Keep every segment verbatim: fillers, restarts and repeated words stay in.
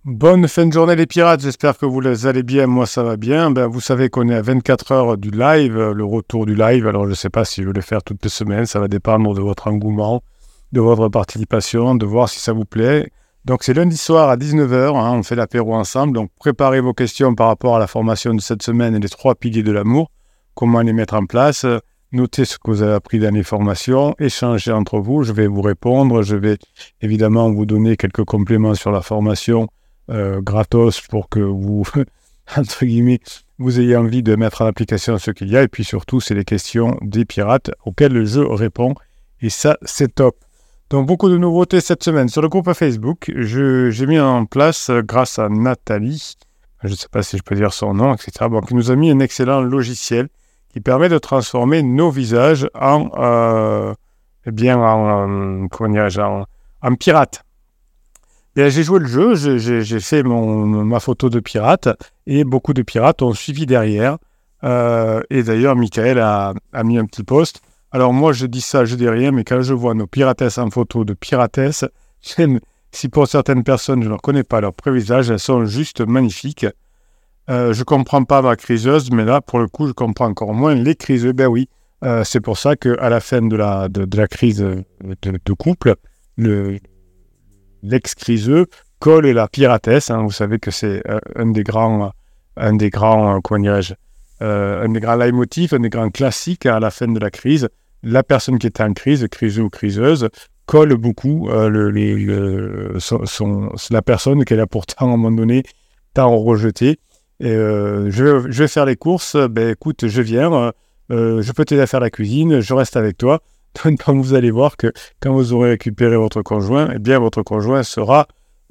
Bonne fin de journée les pirates, j'espère que vous allez bien, moi ça va bien. Ben, vous savez qu'on est à vingt-quatre heures du live, le retour du live, alors je ne sais pas si je vais le faire toutes les semaines, ça va dépendre de votre engouement, de votre participation, de voir si ça vous plaît. Donc c'est lundi soir à dix-neuf heures, hein, on fait l'apéro ensemble, donc préparez vos questions par rapport à la formation de cette semaine et les trois piliers de l'amour, comment les mettre en place, notez ce que vous avez appris dans les formations, échangez entre vous, je vais vous répondre, je vais évidemment vous donner quelques compléments sur la formation, Euh, gratos pour que vous, entre guillemets, vous ayez envie de mettre en application ce qu'il y a. Et puis surtout, c'est les questions des pirates auxquelles je réponds. Et ça, c'est top. Donc, beaucoup de nouveautés cette semaine. Sur le groupe Facebook, je, j'ai mis en place, euh, grâce à Nathalie, je ne sais pas si je peux dire son nom, et cetera, bon, qui nous a mis un excellent logiciel qui permet de transformer nos visages en, euh, eh bien, en, euh, comment dirais-je, en, en pirates. Bien, j'ai joué le jeu, j'ai, j'ai, j'ai fait mon, ma photo de pirate et beaucoup de pirates ont suivi derrière. Euh, et d'ailleurs, Michael a, a mis un petit post. Alors moi, je dis ça, je dis rien, mais quand je vois nos piratesses en photo de piratesses, même si pour certaines personnes, je ne reconnais pas leur prévisage, elles sont juste magnifiques. Euh, je ne comprends pas ma criseuse, mais là, pour le coup, je comprends encore moins les criseux. Ben oui, euh, c'est pour ça qu'à la fin de la, de, de la crise de, de couple, le... l'ex-criseux, colle et la piratesse. Hein, vous savez que c'est euh, un des grands, un des grands, euh, comment dirais-je, euh, un des grands leitmotifs, un des grands classiques à la fin de la crise. La personne qui est en crise, criseux ou criseuse, colle beaucoup euh, le, les, le, son, son, la personne qu'elle a pourtant à un moment donné tant rejetée. Et, euh, je, je vais faire les courses. Ben écoute, je viens. Euh, je peux t'aider à faire la cuisine. Je reste avec toi. Donc, vous allez voir que quand vous aurez récupéré votre conjoint, eh bien, votre conjoint sera,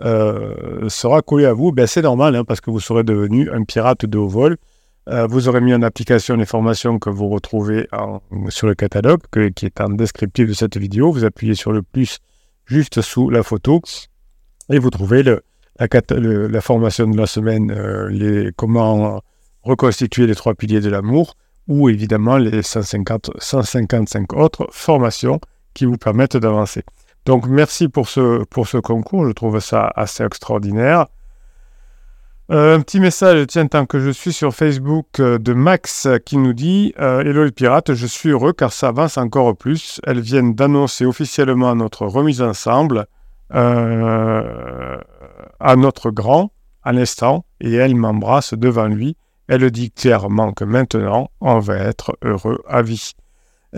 euh, sera collé à vous. Ben, c'est normal, hein, parce que vous serez devenu un pirate de haut vol. Euh, vous aurez mis en application les formations que vous retrouvez en, sur le catalogue, que, qui est en descriptif de cette vidéo. Vous appuyez sur le plus juste sous la photo et vous trouvez le, la, le, la formation de la semaine, euh, les, comment reconstituer les trois piliers de l'amour, ou évidemment les cent cinquante, cent cinquante-cinq autres formations qui vous permettent d'avancer. Donc, merci pour ce, pour ce concours, je trouve ça assez extraordinaire. Euh, un petit message, tiens, tant que je suis sur Facebook, euh, de Max qui nous dit euh, « Hello les pirates, je suis heureux car ça avance encore plus. Elles viennent d'annoncer officiellement notre remise ensemble euh, à notre grand à l'instant et elle m'embrasse devant lui. Elle dit clairement que maintenant, on va être heureux à vie. Euh, »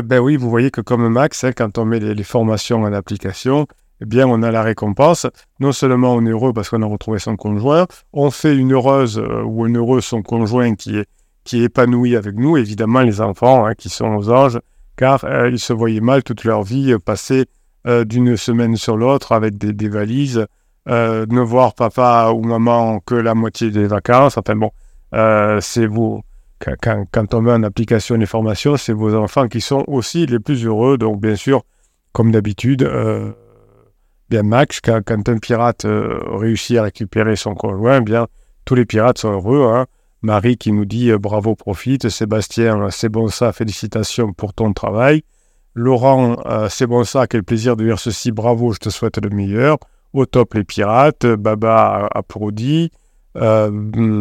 Ben oui, vous voyez que comme Max, hein, quand on met les, les formations en application, eh bien, on a la récompense. Non seulement on est heureux parce qu'on a retrouvé son conjoint, on fait une heureuse euh, ou un heureux son conjoint qui est, qui est épanoui avec nous. Évidemment, les enfants hein, qui sont aux anges, car euh, ils se voyaient mal toute leur vie, euh, passer euh, d'une semaine sur l'autre avec des, des valises, euh, ne voir papa ou maman que la moitié des vacances. Enfin bon, euh, c'est vous. Quand, quand on met en application les formations, c'est vos enfants qui sont aussi les plus heureux. Donc, bien sûr, comme d'habitude, euh, bien Max, quand, quand un pirate euh, réussit à récupérer son conjoint, bien tous les pirates sont heureux. Hein. Marie qui nous dit euh, bravo, profite. Sébastien, c'est bon ça, félicitations pour ton travail. Laurent, euh, c'est bon ça, quel plaisir de lire ceci, bravo, je te souhaite le meilleur. Au top les pirates. Baba applaudit. Euh,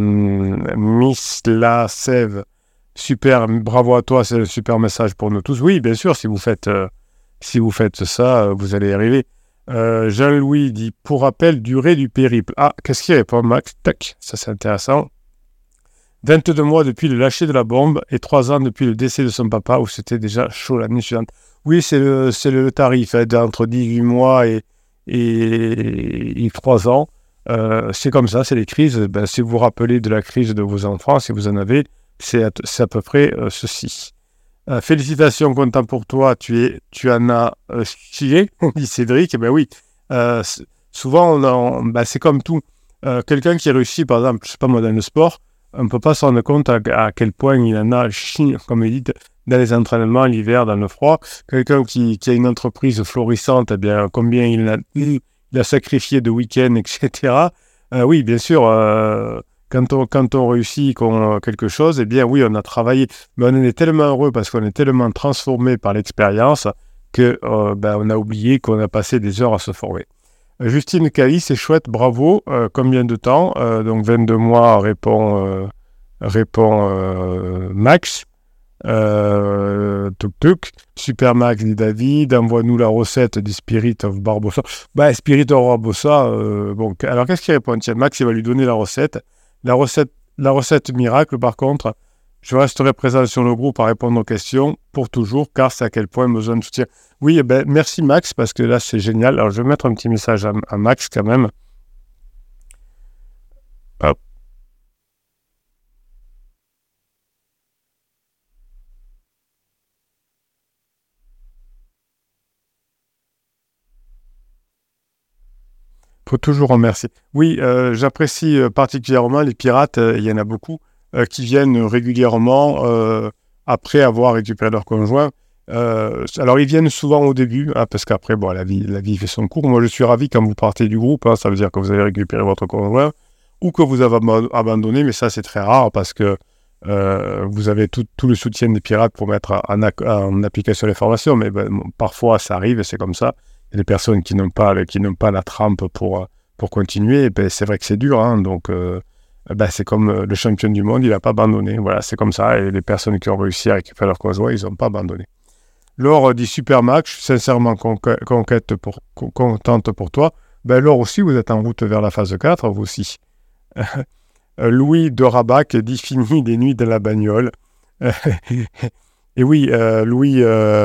Miss La Sève, super, bravo à toi, c'est un super message pour nous tous. Oui, bien sûr, si vous faites, euh, si vous faites ça, euh, vous allez y arriver. Euh, Jean-Louis dit, pour rappel, durée du périple. Ah, qu'est-ce qu'il répond, Max? Tac, ça c'est intéressant. vingt-deux mois depuis le lâcher de la bombe et trois ans depuis le décès de son papa, où c'était déjà chaud l'année suivante. Oui, c'est le, c'est le tarif, hein, entre dix-huit mois et, et, et trois ans. Euh, c'est comme ça, c'est les crises. Ben, si vous vous rappelez de la crise de vos enfants, si vous en avez, c'est à, c'est à peu près euh, ceci. Euh, félicitations, content pour toi, tu, es, tu en as euh, chié, dit Cédric. Ben oui, euh, souvent, on on, ben, c'est comme tout. Euh, quelqu'un qui réussit, par exemple, je sais pas moi, dans le sport, on ne peut pas se rendre compte à, à quel point il en a chié, comme il dit, dans les entraînements, l'hiver, dans le froid. Quelqu'un qui, qui a une entreprise florissante, eh bien, combien il a... il a sacrifié de week-end, et cetera. Euh, oui, bien sûr, euh, quand, on, quand on réussit qu'on, quelque chose, eh bien oui, on a travaillé. Mais on en est tellement heureux parce qu'on est tellement transformé par l'expérience que euh, ben, on a oublié qu'on a passé des heures à se former. Euh, Justine Cali, c'est chouette, bravo. Euh, combien de temps? Euh, Donc vingt-deux mois, répond, euh, répond euh, Max. Euh, tuk tuk. Super Max, dit David. Envoie-nous la recette du Spirit of Barbossa. Bah, Spirit of Barbossa, euh, bon, alors qu'est-ce qu'il répond? Tiens, Max, il va lui donner la recette. La recette, la recette miracle, par contre, je resterai présent sur le groupe à répondre aux questions pour toujours, car c'est à quel point besoin de soutien. Oui, eh ben, merci Max, parce que là, c'est génial. Alors, je vais mettre un petit message à, à Max quand même. Hop. Faut toujours remercier. Oui, euh, j'apprécie euh, particulièrement les pirates, euh, il y en a beaucoup, euh, qui viennent régulièrement euh, après avoir récupéré leur conjoint. Euh, alors, ils viennent souvent au début, hein, parce qu'après, bon, la vie, la vie fait son cours. Moi, je suis ravi quand vous partez du groupe, hein, ça veut dire que vous avez récupéré votre conjoint ou que vous avez ab- abandonné, mais ça, c'est très rare parce que euh, vous avez tout, tout le soutien des pirates pour mettre en, ac- en application les formations, mais ben, bon, parfois, ça arrive et c'est comme ça. Il y a des personnes qui n'ont pas, qui n'ont pas la trempe pour, pour continuer, et ben, c'est vrai que c'est dur, hein, donc euh, ben, c'est comme euh, le champion du monde, il n'a pas abandonné, voilà, c'est comme ça, et les personnes qui ont réussi à récupérer leur conjoint, ils n'ont pas abandonné. Laure dit super Max, je suis sincèrement conque- conquête pour, con- contente pour toi. Ben, Laure aussi, vous êtes en route vers la phase quatre, vous aussi. Euh, Louis de Rabac dit fini des nuits de la bagnole. Et oui, euh, Louis,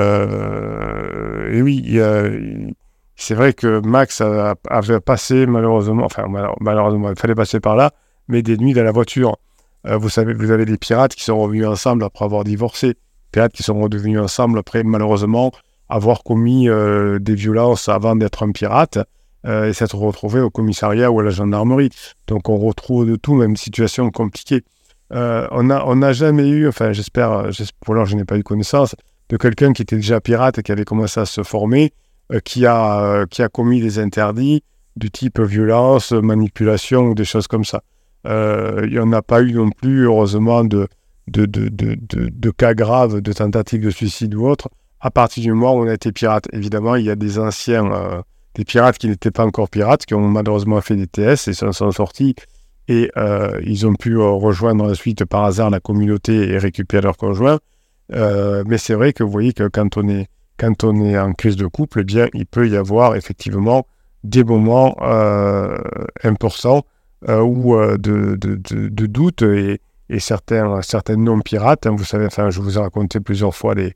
euh, et oui, euh, c'est vrai que Max a- avait passé malheureusement, enfin mal- malheureusement, il fallait passer par là, mais des nuits dans la voiture. Euh, vous savez, vous avez des pirates qui sont revenus ensemble après avoir divorcé, pirates qui sont redevenus ensemble après malheureusement avoir commis euh, des violences avant d'être un pirate euh, et s'être retrouvés au commissariat ou à la gendarmerie. Donc on retrouve de tout, même situation compliquée. Euh, on n'a on n'a jamais eu, enfin j'espère, j'espère pour l'heure je n'ai pas eu connaissance, de quelqu'un qui était déjà pirate et qui avait commencé à se former, euh, qui, a, euh, qui a commis des interdits du type violence, manipulation ou des choses comme ça. Euh, il n'y en a pas eu non plus, heureusement, de, de, de, de, de, de cas graves, de tentatives de suicide ou autre, à partir du moment où on a été pirate. Évidemment, il y a des anciens, euh, des pirates qui n'étaient pas encore pirates, qui ont malheureusement fait des T S et s'en sont sortis et euh, ils ont pu euh, rejoindre ensuite par hasard la communauté et récupérer leur conjoint. Euh, mais c'est vrai que vous voyez que quand on est, quand on est en crise de couple, eh bien, il peut y avoir effectivement des moments euh, importants euh, où, euh, de, de, de, de doute et, et certains, certains non-pirates, hein, vous savez, enfin, je vous ai raconté plusieurs fois des,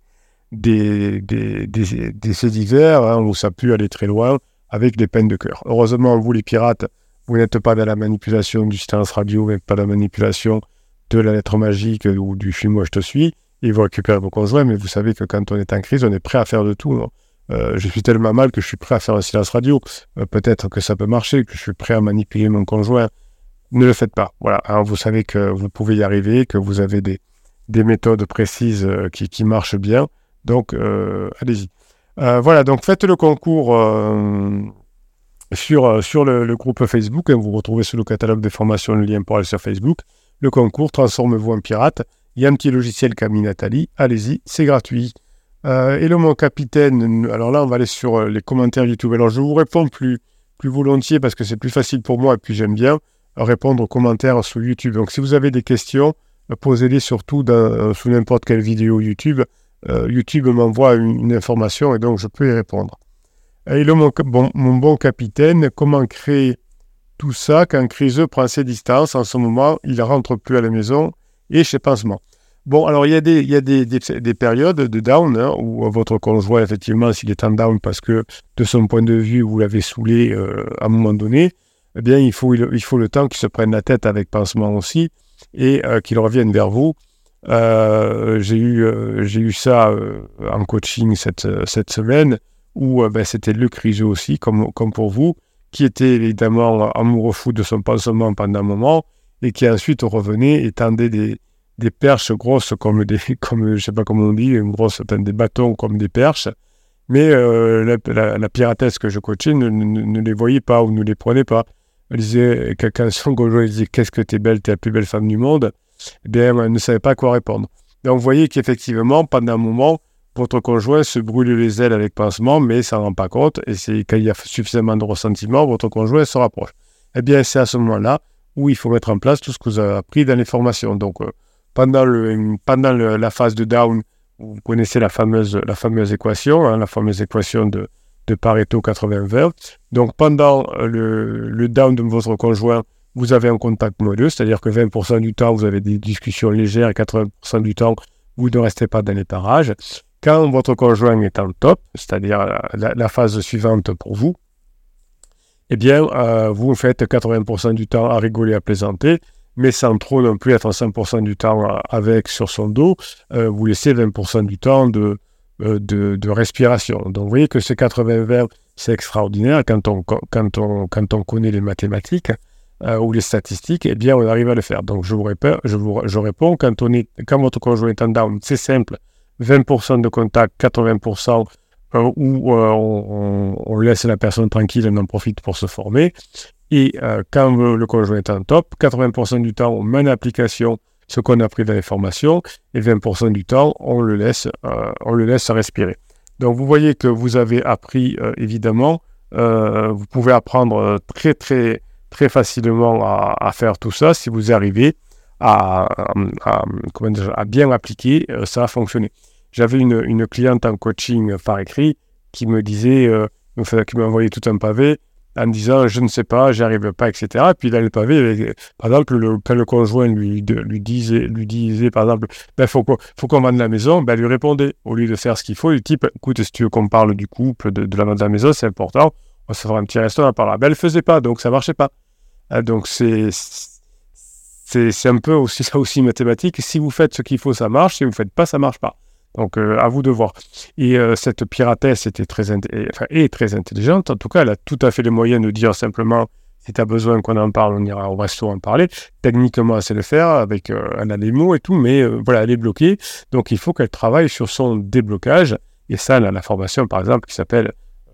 des, des, des, des faits divers hein, où ça a pu aller très loin avec des peines de cœur. Heureusement, vous les pirates, vous n'êtes pas dans la manipulation du silence radio, vous n'êtes pas dans la manipulation de la lettre magique ou du film Moi je te suis, et vous récupérez vos conjoints, mais vous savez que quand on est en crise, on est prêt à faire de tout. Non euh, je suis tellement mal que je suis prêt à faire un silence radio. Euh, peut-être que ça peut marcher, que je suis prêt à manipuler mon conjoint. Ne le faites pas. Voilà, hein, vous savez que vous pouvez y arriver, que vous avez des, des méthodes précises euh, qui, qui marchent bien. Donc, euh, allez-y. Euh, voilà, donc faites le concours euh, sur, euh, sur le, le groupe Facebook. Hein, vous retrouvez sur le catalogue des formations le lien pour aller sur Facebook. Le concours, transformez-vous en pirate. Il y a un petit logiciel Camille Nathalie. Allez-y, c'est gratuit. Euh, hello mon capitaine. Alors là, on va aller sur euh, les commentaires YouTube. Alors, je vous réponds plus, plus volontiers parce que c'est plus facile pour moi et puis j'aime bien répondre aux commentaires sur YouTube. Donc, si vous avez des questions, posez-les surtout dans, euh, sous n'importe quelle vidéo YouTube. Euh, YouTube m'envoie une, une information et donc je peux y répondre. Hello mon, bon, mon bon capitaine, comment créer tout ça quand Criseux prend ses distances? En ce moment, il ne rentre plus à la maison et chez Pansement. Bon, alors il y a des, il y a des, des, des périodes de down hein, où votre conjoint, effectivement, s'il est en down parce que de son point de vue, vous l'avez saoulé euh, à un moment donné, eh bien, il faut, il, il faut le temps qu'il se prenne la tête avec Pansement aussi et euh, qu'il revienne vers vous. Euh, j'ai, eu, euh, j'ai eu ça euh, en coaching cette, cette semaine où euh, ben, c'était le Criseux aussi, comme, comme pour vous, qui était évidemment amoureux fou de son pansement pendant un moment et qui ensuite revenait et tendait des, des perches grosses comme des, comme, je sais pas comment on dit, une grosse, des bâtons comme des perches. Mais euh, la, la, la piratesse que je coachais ne, ne, ne les voyait pas ou ne les prenait pas. Elle disait, quand son conjoint disait « Qu'est-ce que t'es belle, t'es la plus belle femme du monde ?» Eh bien, elle ne savait pas quoi répondre. Donc, vous voyez qu'effectivement, pendant un moment, votre conjoint se brûle les ailes avec pansement, mais ça ne rend pas compte, et c'est quand il y a suffisamment de ressentiment, votre conjoint se rapproche. Eh bien, c'est à ce moment-là où il faut mettre en place tout ce que vous avez appris dans les formations. Donc, euh, pendant, le, pendant le, la phase de down, vous connaissez la fameuse, la fameuse équation, hein, la fameuse équation de, de Pareto quatre-vingts vingt. Donc, pendant le, le down de votre conjoint, vous avez un contact moelleux, c'est-à-dire que vingt pour cent du temps, vous avez des discussions légères et quatre-vingts pour cent du temps, vous ne restez pas dans les parages. Quand votre conjoint est en top, c'est-à-dire la, la phase suivante pour vous, eh bien, euh, vous faites quatre-vingts pour cent du temps à rigoler, à plaisanter, mais sans trop non plus être cent pour cent du temps avec sur son dos. Euh, vous laissez vingt pour cent du temps de, euh, de, de respiration. Donc, vous voyez que ce quatre-vingts vingt, c'est extraordinaire. Quand on, quand on, quand on connaît les mathématiques euh, ou les statistiques, eh bien, on arrive à le faire. Donc, je vous réponds, je vous, je réponds quand, on est, quand votre conjoint est en down, c'est simple. vingt pour cent de contact, quatre-vingts pour cent euh, où euh, on, on laisse la personne tranquille et on en profite pour se former. Et euh, quand le conjoint est en top, quatre-vingts pour cent du temps, on met en application ce qu'on a appris dans les formations et vingt pour cent du temps, on le laisse, euh, on le laisse respirer. Donc, vous voyez que vous avez appris, euh, évidemment, euh, vous pouvez apprendre très, très, très facilement à, à faire tout ça si vous arrivez à, à, à, comment dire, à bien appliquer, euh, ça va fonctionner. J'avais une, une cliente en coaching par écrit qui me disait, euh, qui m'a envoyé tout un pavé en disant je ne sais pas, j'y arrive pas, et cetera. Et puis dans le pavé, par exemple, le, quand le conjoint lui, de, lui, disait, lui disait, par exemple, il ben, faut, faut qu'on vende la maison, ben, elle lui répondait, au lieu de faire ce qu'il faut, il dit, écoute, si tu veux qu'on parle du couple, de, de la vente de la maison, c'est important, on se fera un petit restaurant par là. Ben, elle ne le faisait pas, donc ça ne marchait pas. Ah, donc c'est... C'est, c'est un peu aussi ça aussi mathématique. Si vous faites ce qu'il faut, ça marche. Si vous ne faites pas, ça ne marche pas. Donc, euh, à vous de voir. Et euh, cette piratesse était très int- enfin, est très intelligente. En tout cas, elle a tout à fait les moyens de dire simplement, si tu as besoin qu'on en parle, on ira au resto en parler. Techniquement, elle sait le faire. Avec, euh, elle a les mots et tout, mais euh, voilà, elle est bloquée. Donc, il faut qu'elle travaille sur son déblocage. Et ça, elle a la formation, par exemple, qui s'appelle...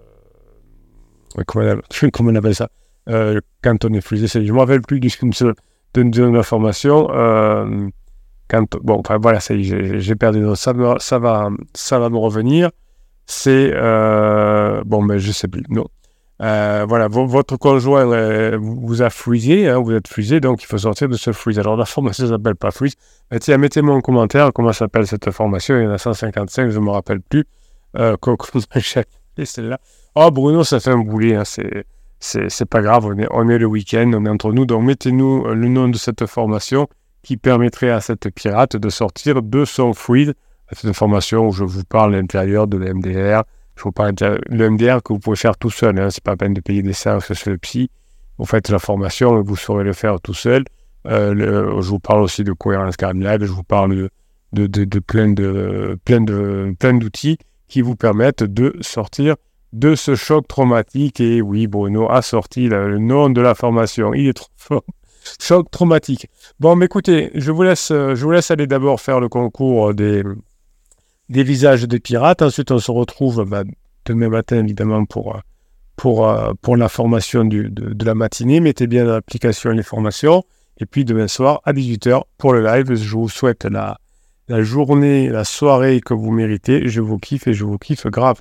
Euh, comment, on, comment on appelle ça euh, Quand on est frisé, c'est, je ne me rappelle plus d'une seule... de donner la formation. Euh, quand, bon, enfin voilà, ça y est, j'ai, j'ai perdu. Ça, me, ça, va, ça va me revenir. C'est. Euh, bon, mais je ne sais plus. Non. Euh, voilà, v- votre conjoint euh, vous a freezé, hein, vous êtes freezé, donc il faut sortir de ce freeze. Alors la formation ne s'appelle pas freeze. Mais tiens, mettez-moi en commentaire comment s'appelle cette formation. Il y en a cent cinquante-cinq, je ne me rappelle plus. Euh, comment j'ai appelé celle-là. Oh, Bruno, ça fait un boulet. Hein, c'est. C'est, c'est pas grave, on est, on est le week-end, on est entre nous, donc mettez-nous le nom de cette formation qui permettrait à cette pirate de sortir de son freeze. C'est une formation où je vous parle à l'intérieur de l'E M D R, je vous parle de l'E M D R que vous pouvez faire tout seul, hein. C'est pas la peine de payer des séances chez le psy, vous faites la formation et vous saurez le faire tout seul. Euh, le, je vous parle aussi de cohérence cardiaque, je vous parle de, de, de, de, plein, de, plein, de plein d'outils qui vous permettent de sortir de ce choc traumatique. Et oui, Bruno a sorti le, le nom de la formation. Il est trop fort. Choc traumatique. Bon, mais écoutez, je vous laisse, je vous laisse aller d'abord faire le concours des, des visages des pirates. Ensuite, on se retrouve bah, demain matin, évidemment, pour, pour, pour la formation du, de, de la matinée. Mettez bien dans l'application les formations. Et puis, demain soir, à dix-huit heures, pour le live, je vous souhaite la, la journée, la soirée que vous méritez. Je vous kiffe et je vous kiffe grave.